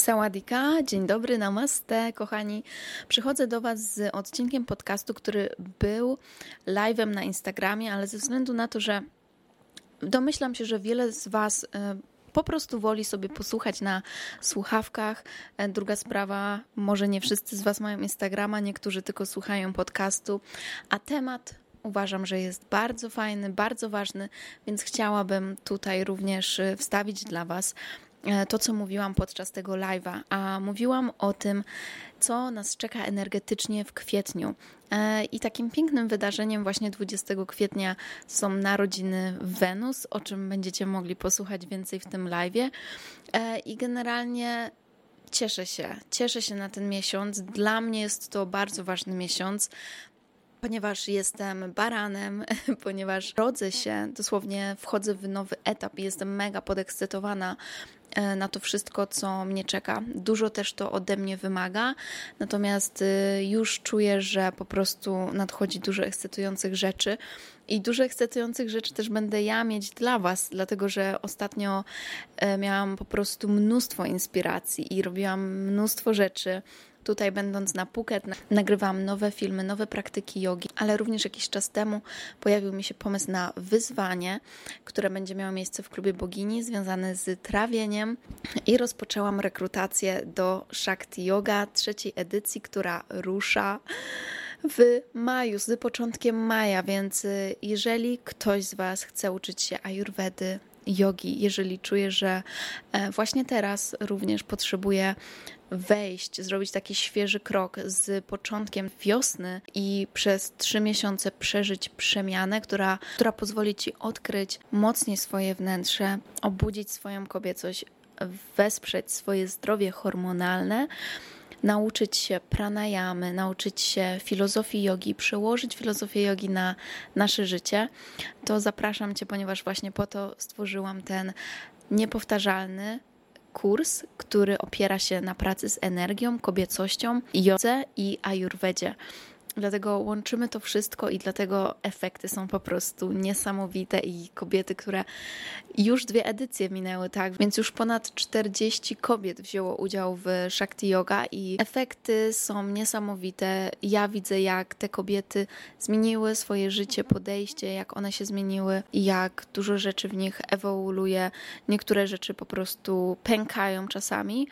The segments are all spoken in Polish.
Sawadika, dzień dobry, namaste, kochani. Przychodzę do Was z odcinkiem podcastu, który był live'em na Instagramie, ale ze względu na to, że domyślam się, że wiele z Was po prostu woli sobie posłuchać na słuchawkach. Druga sprawa, może nie wszyscy z Was mają Instagrama, niektórzy tylko słuchają podcastu, a temat uważam, że jest bardzo fajny, bardzo ważny, więc chciałabym tutaj również wstawić dla Was to, co mówiłam podczas tego live'a, a mówiłam o tym, co nas czeka energetycznie w kwietniu. I takim pięknym wydarzeniem właśnie 20 kwietnia są narodziny Wenus, o czym będziecie mogli posłuchać więcej w tym live'ie. I generalnie cieszę się na ten miesiąc. Dla mnie jest to bardzo ważny miesiąc, ponieważ jestem baranem, ponieważ rodzę się, dosłownie wchodzę w nowy etap i jestem mega podekscytowana na to wszystko, co mnie czeka. Dużo też to ode mnie wymaga, natomiast już czuję, że po prostu nadchodzi dużo ekscytujących rzeczy i dużo ekscytujących rzeczy też będę ja mieć dla Was, dlatego że ostatnio miałam po prostu mnóstwo inspiracji i robiłam mnóstwo rzeczy. Tutaj będąc na Phuket nagrywam nowe filmy, nowe praktyki jogi, ale również jakiś czas temu pojawił mi się pomysł na wyzwanie, które będzie miało miejsce w klubie bogini, związane z trawieniem i rozpoczęłam rekrutację do Shakti Yoga 3. edycji, która rusza w maju, z początkiem maja, więc jeżeli ktoś z Was chce uczyć się ajurwedy, jogi, jeżeli czuje, że właśnie teraz również potrzebuje zrobić taki świeży krok z początkiem wiosny i przez 3 miesiące przeżyć przemianę, która pozwoli Ci odkryć mocniej swoje wnętrze, obudzić swoją kobiecość, wesprzeć swoje zdrowie hormonalne, nauczyć się pranayamy, nauczyć się filozofii jogi, przełożyć filozofię jogi na nasze życie, to zapraszam Cię, ponieważ właśnie po to stworzyłam ten niepowtarzalny kurs, który opiera się na pracy z energią, kobiecością, jodze i ajurwedzie. Dlatego łączymy to wszystko i dlatego efekty są po prostu niesamowite i kobiety, które już 2 edycje minęły, tak, więc już ponad 40 kobiet wzięło udział w Shakti Yoga i efekty są niesamowite. Ja widzę, jak te kobiety zmieniły swoje życie, podejście, jak one się zmieniły i jak dużo rzeczy w nich ewoluuje. Niektóre rzeczy po prostu pękają czasami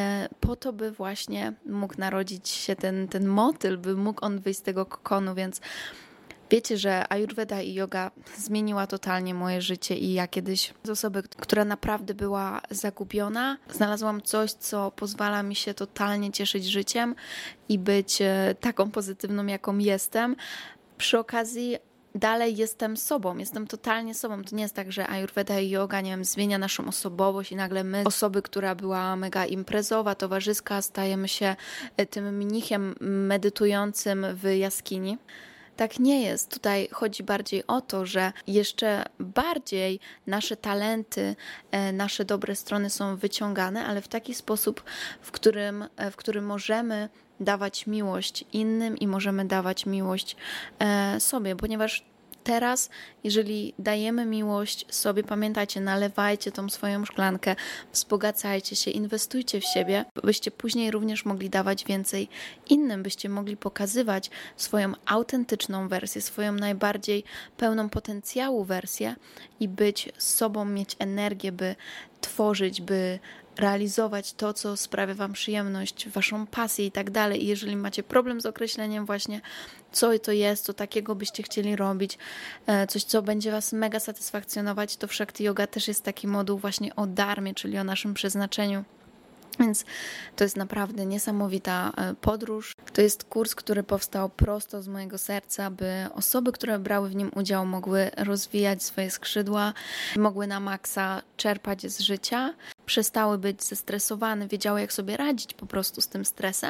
po to, by właśnie mógł narodzić się ten motyl, by mógł on wyjść z tego kokonu, więc wiecie, że ajurweda i yoga zmieniła totalnie moje życie i ja kiedyś z osoby, która naprawdę była zagubiona, znalazłam coś, co pozwala mi się totalnie cieszyć życiem i być taką pozytywną, jaką jestem. Przy okazji dalej jestem sobą, jestem totalnie sobą. To nie jest tak, że ajurweda i yoga, nie wiem, zmienia naszą osobowość i nagle my, osoby, która była mega imprezowa, towarzyska, stajemy się tym mnichem medytującym w jaskini. Tak nie jest. Tutaj chodzi bardziej o to, że jeszcze bardziej nasze talenty, nasze dobre strony są wyciągane, ale w taki sposób, w którym możemy dawać miłość innym i możemy dawać miłość sobie, ponieważ teraz, jeżeli dajemy miłość sobie, pamiętajcie, nalewajcie tą swoją szklankę, wzbogacajcie się, inwestujcie w siebie, byście później również mogli dawać więcej innym, byście mogli pokazywać swoją autentyczną wersję, swoją najbardziej pełną potencjału wersję i być sobą, mieć energię, by tworzyć, by realizować to, co sprawia Wam przyjemność, Waszą pasję i tak dalej. I jeżeli macie problem z określeniem właśnie, co to jest, co takiego byście chcieli robić, coś, co będzie Was mega satysfakcjonować, to w Shakti Yoga też jest taki moduł właśnie o dharmie, czyli o naszym przeznaczeniu. Więc to jest naprawdę niesamowita podróż. To jest kurs, który powstał prosto z mojego serca, by osoby, które brały w nim udział, mogły rozwijać swoje skrzydła, mogły na maksa czerpać z życia, przestały być zestresowane, wiedziały, jak sobie radzić po prostu z tym stresem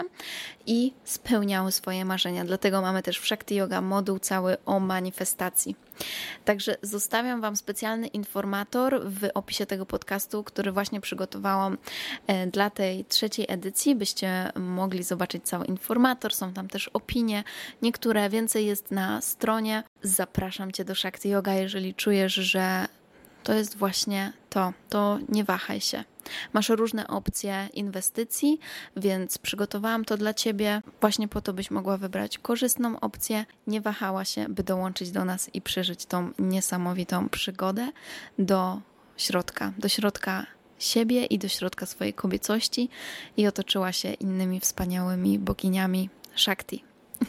i spełniały swoje marzenia. Dlatego mamy też w Shakti Yoga moduł cały o manifestacji. Także zostawiam Wam specjalny informator w opisie tego podcastu, który właśnie przygotowałam dla tej 3. edycji, byście mogli zobaczyć cały informator. Są tam też opinie, niektóre więcej jest na stronie. Zapraszam Cię do Shakti Yoga, jeżeli czujesz, że to jest właśnie to nie wahaj się. Masz różne opcje inwestycji, więc przygotowałam to dla Ciebie właśnie po to, byś mogła wybrać korzystną opcję, nie wahała się, by dołączyć do nas i przeżyć tą niesamowitą przygodę do środka siebie i do środka swojej kobiecości i otoczyła się innymi wspaniałymi boginiami Shakti.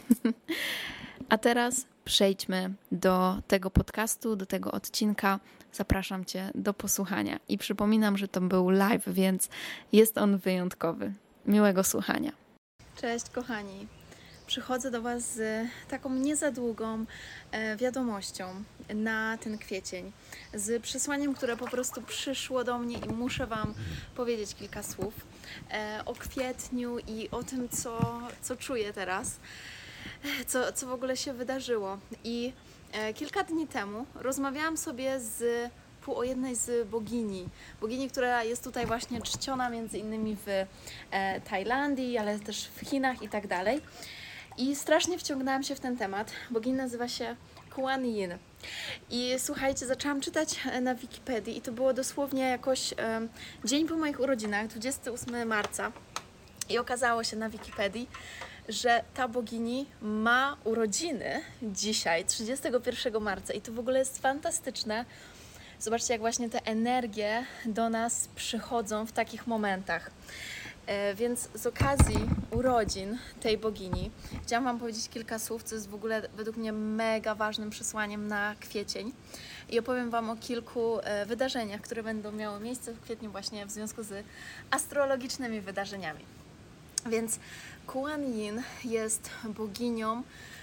A teraz przejdźmy do tego podcastu, do tego odcinka. Zapraszam Cię do posłuchania i przypominam, że to był live, więc jest on wyjątkowy. Miłego słuchania. Cześć kochani. Przychodzę do Was z taką niezadługą wiadomością na ten kwiecień. Z przesłaniem, które po prostu przyszło do mnie i muszę Wam powiedzieć kilka słów o kwietniu i o tym, co czuję teraz. Co w ogóle się wydarzyło. I kilka dni temu rozmawiałam sobie o jednej z bogini, która jest tutaj właśnie czciona między innymi w Tajlandii, ale też w Chinach i tak dalej. I strasznie wciągnęłam się w ten temat. Bogini nazywa się Kuan Yin. I słuchajcie, zaczęłam czytać na Wikipedii i to było dosłownie jakoś dzień po moich urodzinach, 28 marca. I okazało się na Wikipedii, że ta bogini ma urodziny dzisiaj, 31 marca i to w ogóle jest fantastyczne. Zobaczcie, jak właśnie te energie do nas przychodzą w takich momentach. Więc z okazji urodzin tej bogini chciałam Wam powiedzieć kilka słów, co jest w ogóle według mnie mega ważnym przesłaniem na kwiecień i opowiem Wam o kilku wydarzeniach, które będą miały miejsce w kwietniu właśnie w związku z astrologicznymi wydarzeniami. Więc Kuan Yin jest boginią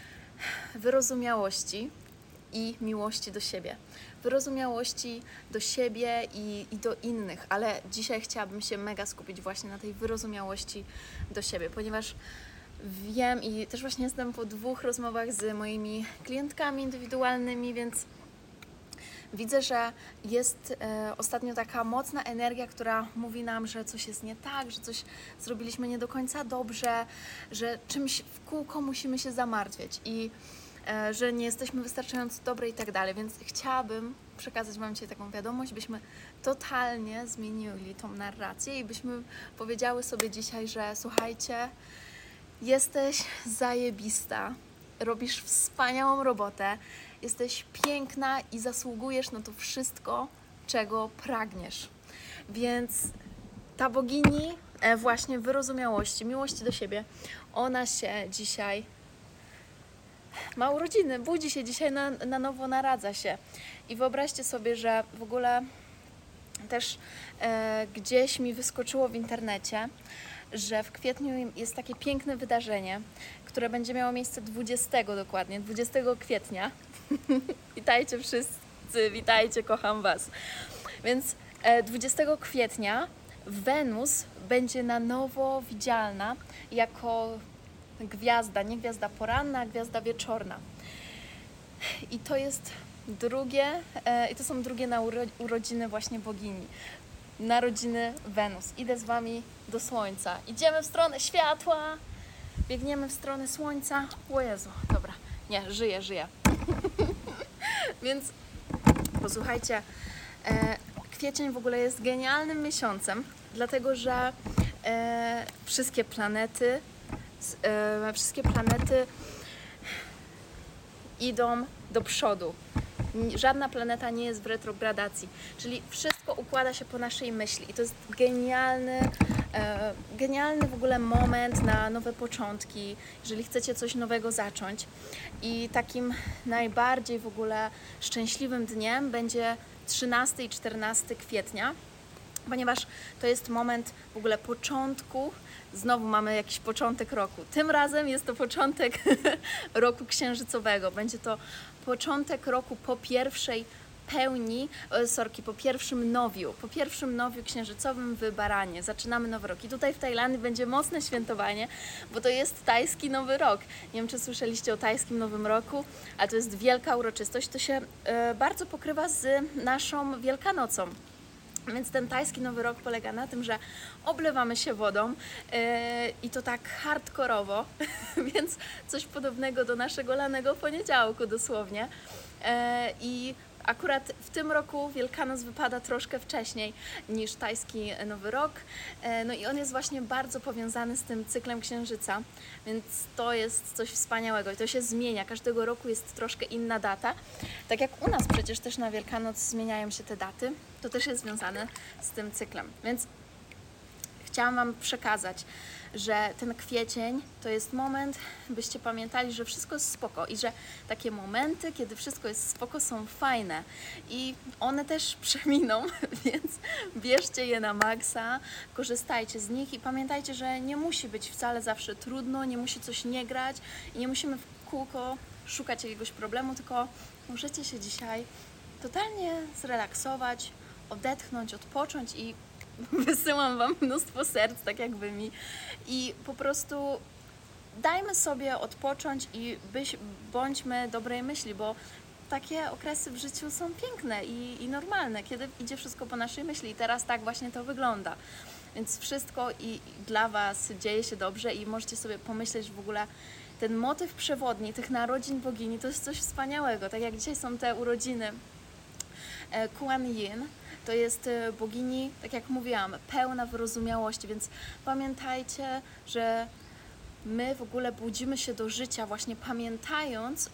wyrozumiałości i miłości do siebie. Wyrozumiałości do siebie i do innych, ale dzisiaj chciałabym się mega skupić właśnie na tej wyrozumiałości do siebie, ponieważ wiem i też właśnie jestem po 2 rozmowach z moimi klientkami indywidualnymi, więc widzę, że jest ostatnio taka mocna energia, która mówi nam, że coś jest nie tak, że coś zrobiliśmy nie do końca dobrze, że czymś w kółko musimy się zamartwiać i że nie jesteśmy wystarczająco dobre i tak dalej, więc chciałabym przekazać Wam dzisiaj taką wiadomość, byśmy totalnie zmienili tą narrację i byśmy powiedziały sobie dzisiaj, że słuchajcie, jesteś zajebista, robisz wspaniałą robotę, jesteś piękna i zasługujesz na to wszystko, czego pragniesz. Więc ta bogini właśnie wyrozumiałości, miłości do siebie, ona się dzisiaj ma urodziny, budzi się dzisiaj na nowo, naradza się. I wyobraźcie sobie, że w ogóle też gdzieś mi wyskoczyło w internecie, że w kwietniu jest takie piękne wydarzenie, które będzie miało miejsce 20 kwietnia. Witajcie wszyscy, witajcie, kocham Was. Więc 20 kwietnia Wenus będzie na nowo widzialna jako gwiazda, nie gwiazda poranna, a gwiazda wieczorna. I to jest są drugie urodziny właśnie bogini. Narodziny Wenus. Idę z Wami do Słońca. Idziemy w stronę światła. Biegniemy w stronę Słońca. O Jezu, dobra. Nie, żyję. Więc posłuchajcie, kwiecień w ogóle jest genialnym miesiącem, dlatego że wszystkie planety idą do przodu. Żadna planeta nie jest w retrogradacji, czyli wszystko układa się po naszej myśli i to jest genialny w ogóle moment na nowe początki, jeżeli chcecie coś nowego zacząć. I takim najbardziej w ogóle szczęśliwym dniem będzie 13 i 14 kwietnia, ponieważ to jest moment w ogóle początku, znowu mamy jakiś początek roku. Tym razem jest to początek roku księżycowego. Będzie to początek roku po pierwszej pełni, po pierwszym nowiu księżycowym w Baranie. Zaczynamy nowy rok. I tutaj w Tajlandii będzie mocne świętowanie, bo to jest tajski nowy rok. Nie wiem, czy słyszeliście o tajskim nowym roku, ale to jest wielka uroczystość. To się bardzo pokrywa z naszą Wielkanocą. Więc ten tajski nowy rok polega na tym, że oblewamy się wodą i to tak hardkorowo, więc coś podobnego do naszego lanego poniedziałku dosłownie. I Akurat w tym roku Wielkanoc wypada troszkę wcześniej niż tajski Nowy Rok. No i on jest właśnie bardzo powiązany z tym cyklem Księżyca, więc to jest coś wspaniałego i to się zmienia. Każdego roku jest troszkę inna data. Tak jak u nas przecież też na Wielkanoc zmieniają się te daty, to też jest związane z tym cyklem. Więc chciałam Wam przekazać, że ten kwiecień to jest moment, byście pamiętali, że wszystko jest spoko i że takie momenty, kiedy wszystko jest spoko, są fajne i one też przeminą, więc bierzcie je na maksa, korzystajcie z nich i pamiętajcie, że nie musi być wcale zawsze trudno, nie musi coś nie grać i nie musimy w kółko szukać jakiegoś problemu, tylko możecie się dzisiaj totalnie zrelaksować, odetchnąć, odpocząć i wysyłam Wam mnóstwo serc, tak jakby mi. I po prostu dajmy sobie odpocząć i bądźmy dobrej myśli, bo takie okresy w życiu są piękne i normalne, kiedy idzie wszystko po naszej myśli. I teraz tak właśnie to wygląda. Więc wszystko i dla Was dzieje się dobrze i możecie sobie pomyśleć w ogóle, ten motyw przewodni tych narodzin bogini to jest coś wspaniałego. Tak jak dzisiaj są te urodziny Kuan Yin, to jest bogini, tak jak mówiłam, pełna wyrozumiałości, więc pamiętajcie, że my w ogóle budzimy się do życia właśnie pamiętając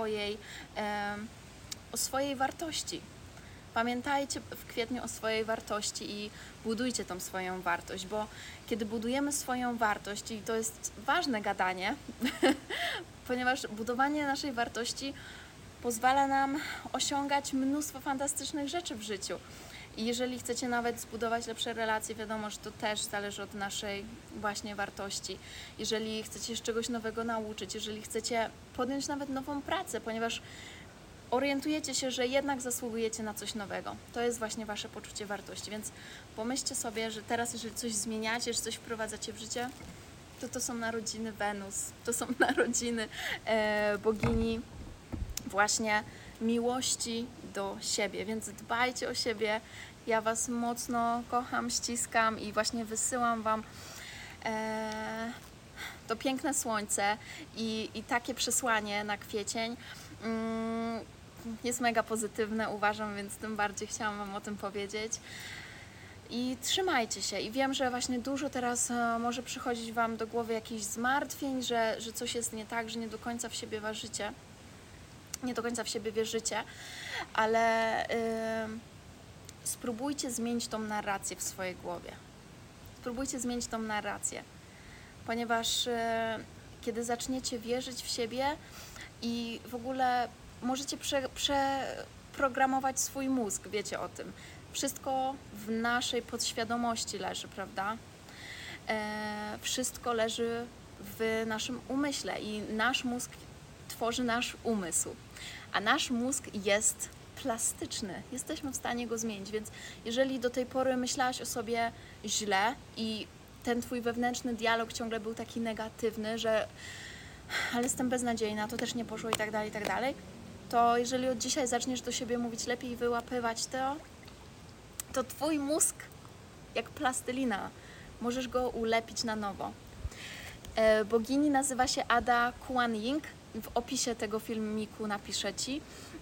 o swojej wartości. Pamiętajcie w kwietniu o swojej wartości i budujcie tą swoją wartość, bo kiedy budujemy swoją wartość, i to jest ważne gadanie, ponieważ budowanie naszej wartości pozwala nam osiągać mnóstwo fantastycznych rzeczy w życiu. I jeżeli chcecie nawet zbudować lepsze relacje, wiadomo, że to też zależy od naszej właśnie wartości. Jeżeli chcecie się czegoś nowego nauczyć, jeżeli chcecie podjąć nawet nową pracę, ponieważ orientujecie się, że jednak zasługujecie na coś nowego. To jest właśnie Wasze poczucie wartości, więc pomyślcie sobie, że teraz jeżeli coś zmieniacie, że coś wprowadzacie w życie, to są narodziny Wenus, to są narodziny bogini właśnie miłości do siebie, więc dbajcie o siebie. Ja Was mocno kocham, ściskam i właśnie wysyłam Wam to piękne słońce i takie przesłanie na kwiecień. Jest mega pozytywne, uważam, więc tym bardziej chciałam Wam o tym powiedzieć. I trzymajcie się. I wiem, że właśnie dużo teraz może przychodzić Wam do głowy jakichś zmartwień, że coś jest nie tak, że nie do końca w siebie ważycie. Nie do końca w siebie wierzycie, ale spróbujcie zmienić tą narrację w swojej głowie. Spróbujcie zmienić tą narrację, ponieważ kiedy zaczniecie wierzyć w siebie i w ogóle możecie przeprogramować swój mózg, wiecie o tym. Wszystko w naszej podświadomości leży, prawda? Wszystko leży w naszym umyśle i nasz mózg tworzy nasz umysł, a nasz mózg jest plastyczny. Jesteśmy w stanie go zmienić, więc jeżeli do tej pory myślałaś o sobie źle i ten Twój wewnętrzny dialog ciągle był taki negatywny, że ale jestem beznadziejna, to też nie poszło i tak dalej, to jeżeli od dzisiaj zaczniesz do siebie mówić lepiej i wyłapywać to Twój mózg jak plastelina, możesz go ulepić na nowo. Bogini nazywa się Ada Kuan Yin. W opisie tego filmiku napiszę Ci.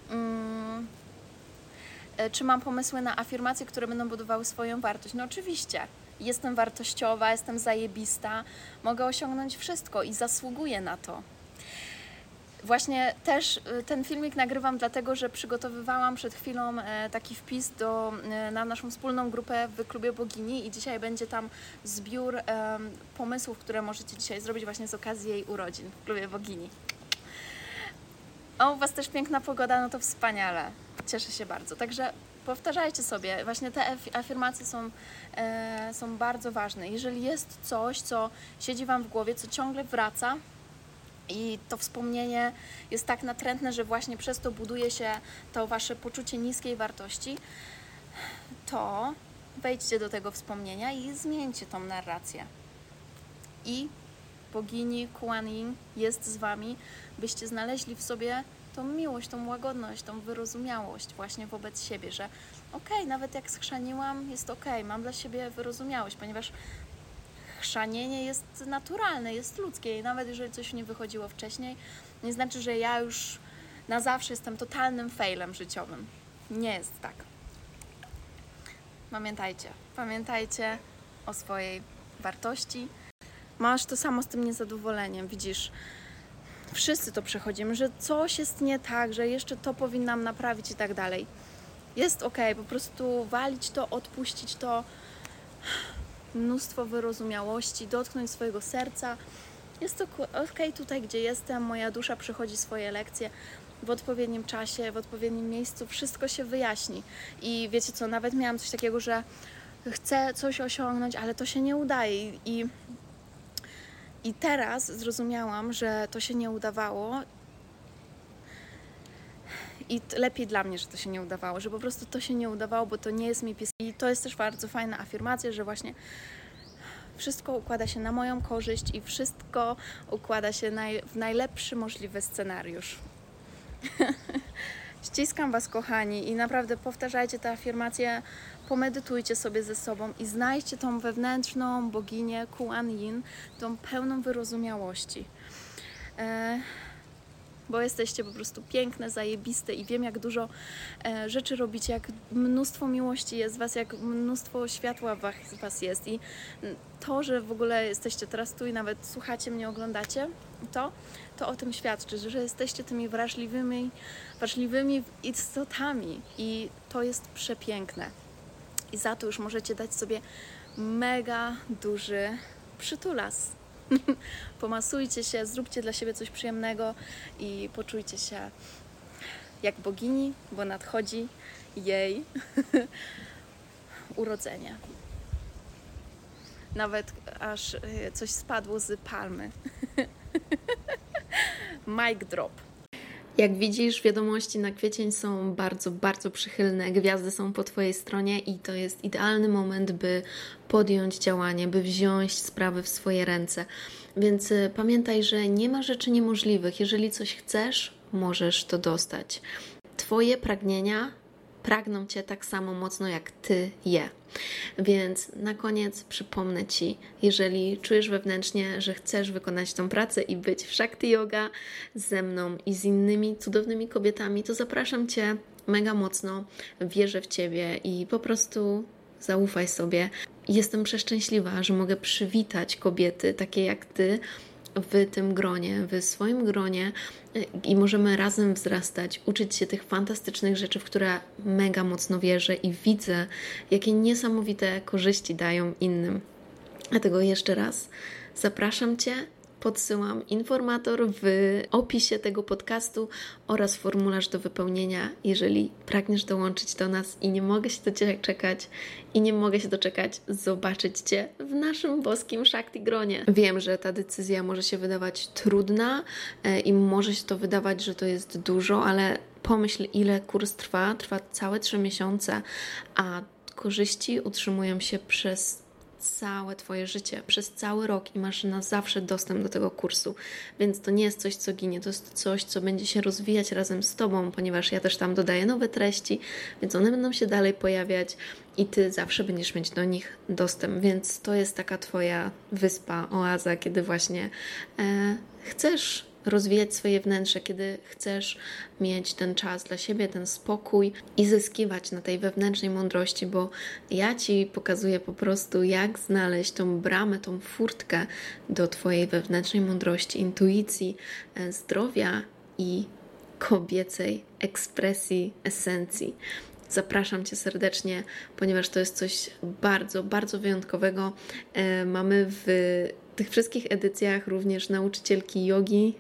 Czy mam pomysły na afirmacje, które będą budowały swoją wartość? No oczywiście. Jestem wartościowa, jestem zajebista, mogę osiągnąć wszystko i zasługuję na to. Właśnie też ten filmik nagrywam dlatego, że przygotowywałam przed chwilą taki wpis na naszą wspólną grupę w Klubie Bogini i dzisiaj będzie tam zbiór pomysłów, które możecie dzisiaj zrobić właśnie z okazji jej urodzin w Klubie Bogini. A u Was też piękna pogoda, no to wspaniale. Cieszę się bardzo. Także powtarzajcie sobie, właśnie te afirmacje są bardzo ważne. Jeżeli jest coś, co siedzi Wam w głowie, co ciągle wraca i to wspomnienie jest tak natrętne, że właśnie przez to buduje się to Wasze poczucie niskiej wartości, to wejdźcie do tego wspomnienia i zmieńcie tą narrację. I bogini Kuan Yin jest z Wami, byście znaleźli w sobie tą miłość, tą łagodność, tą wyrozumiałość właśnie wobec siebie, że okej, nawet jak schrzaniłam, jest okej, mam dla siebie wyrozumiałość, ponieważ chrzanienie jest naturalne, jest ludzkie i nawet jeżeli coś nie wychodziło wcześniej, nie znaczy, że ja już na zawsze jestem totalnym failem życiowym. nie jest tak. Pamiętajcie o swojej wartości. Masz to samo z tym niezadowoleniem, widzisz, wszyscy to przechodzimy, że coś jest nie tak, że jeszcze to powinnam naprawić i tak dalej. Jest okej, po prostu walić to, odpuścić to, mnóstwo wyrozumiałości, dotknąć swojego serca. Jest to okej tutaj, gdzie jestem, moja dusza przechodzi swoje lekcje w odpowiednim czasie, w odpowiednim miejscu, wszystko się wyjaśni. I wiecie co, nawet miałam coś takiego, że chcę coś osiągnąć, ale to się nie udaje. I teraz zrozumiałam, że to się nie udawało i lepiej dla mnie, że to się nie udawało, że po prostu to się nie udawało, bo to nie jest mi pisane. I to jest też bardzo fajna afirmacja, że właśnie wszystko układa się na moją korzyść i wszystko układa się w najlepszy możliwy scenariusz. Ściskam Was, kochani, i naprawdę powtarzajcie te afirmacje, pomedytujcie sobie ze sobą i znajdźcie tą wewnętrzną boginię Kuan Yin, tą pełną wyrozumiałości. Bo jesteście po prostu piękne, zajebiste i wiem, jak dużo rzeczy robicie, jak mnóstwo miłości jest w Was, jak mnóstwo światła w Was jest. I to, że w ogóle jesteście teraz tu i nawet słuchacie mnie, oglądacie, to o tym świadczy, że jesteście tymi wrażliwymi istotami i to jest przepiękne. I za to już możecie dać sobie mega duży przytulas. Pomasujcie się, zróbcie dla siebie coś przyjemnego i poczujcie się jak bogini, bo nadchodzi jej urodzenie. Nawet aż coś spadło z palmy. Mic drop. Jak widzisz, wiadomości na kwiecień są bardzo, bardzo przychylne. Gwiazdy są po Twojej stronie i to jest idealny moment, by podjąć działanie, by wziąć sprawy w swoje ręce. Więc pamiętaj, że nie ma rzeczy niemożliwych. Jeżeli coś chcesz, możesz to dostać. Twoje pragnienia pragną Cię tak samo mocno, jak Ty je. Więc na koniec przypomnę Ci, jeżeli czujesz wewnętrznie, że chcesz wykonać tą pracę i być w Shakti Yoga ze mną i z innymi cudownymi kobietami, to zapraszam Cię mega mocno, wierzę w Ciebie i po prostu zaufaj sobie. Jestem przeszczęśliwa, że mogę przywitać kobiety takie jak Ty w tym gronie, w swoim gronie i możemy razem wzrastać, uczyć się tych fantastycznych rzeczy, w które mega mocno wierzę i widzę, jakie niesamowite korzyści dają innym. Dlatego jeszcze raz zapraszam Cię, podsyłam informator w opisie tego podcastu oraz formularz do wypełnienia, jeżeli pragniesz dołączyć do nas i nie mogę się doczekać zobaczyć Cię w naszym boskim Shakti gronie. Wiem, że ta decyzja może się wydawać trudna i może się to wydawać, że to jest dużo, ale pomyśl, ile kurs trwa. Trwa całe 3 miesiące, a korzyści utrzymują się przez całe Twoje życie, przez cały rok i masz na zawsze dostęp do tego kursu. Więc to nie jest coś, co ginie, to jest coś, co będzie się rozwijać razem z Tobą, ponieważ ja też tam dodaję nowe treści, więc one będą się dalej pojawiać i Ty zawsze będziesz mieć do nich dostęp. Więc to jest taka Twoja wyspa, oaza, kiedy właśnie chcesz rozwijać swoje wnętrze, kiedy chcesz mieć ten czas dla siebie, ten spokój i zyskiwać na tej wewnętrznej mądrości, bo ja Ci pokazuję po prostu, jak znaleźć tą bramę, tą furtkę do Twojej wewnętrznej mądrości, intuicji, zdrowia i kobiecej ekspresji, esencji. Zapraszam Cię serdecznie, ponieważ to jest coś bardzo, bardzo wyjątkowego. Mamy w tych wszystkich edycjach również nauczycielki jogi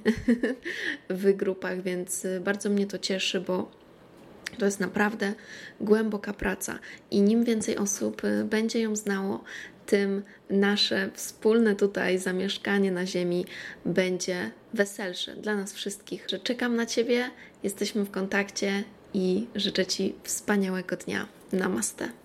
w grupach, więc bardzo mnie to cieszy, bo to jest naprawdę głęboka praca i im więcej osób będzie ją znało, tym nasze wspólne tutaj zamieszkanie na ziemi będzie weselsze dla nas wszystkich. Czekam na Ciebie, jesteśmy w kontakcie i życzę Ci wspaniałego dnia. Namaste.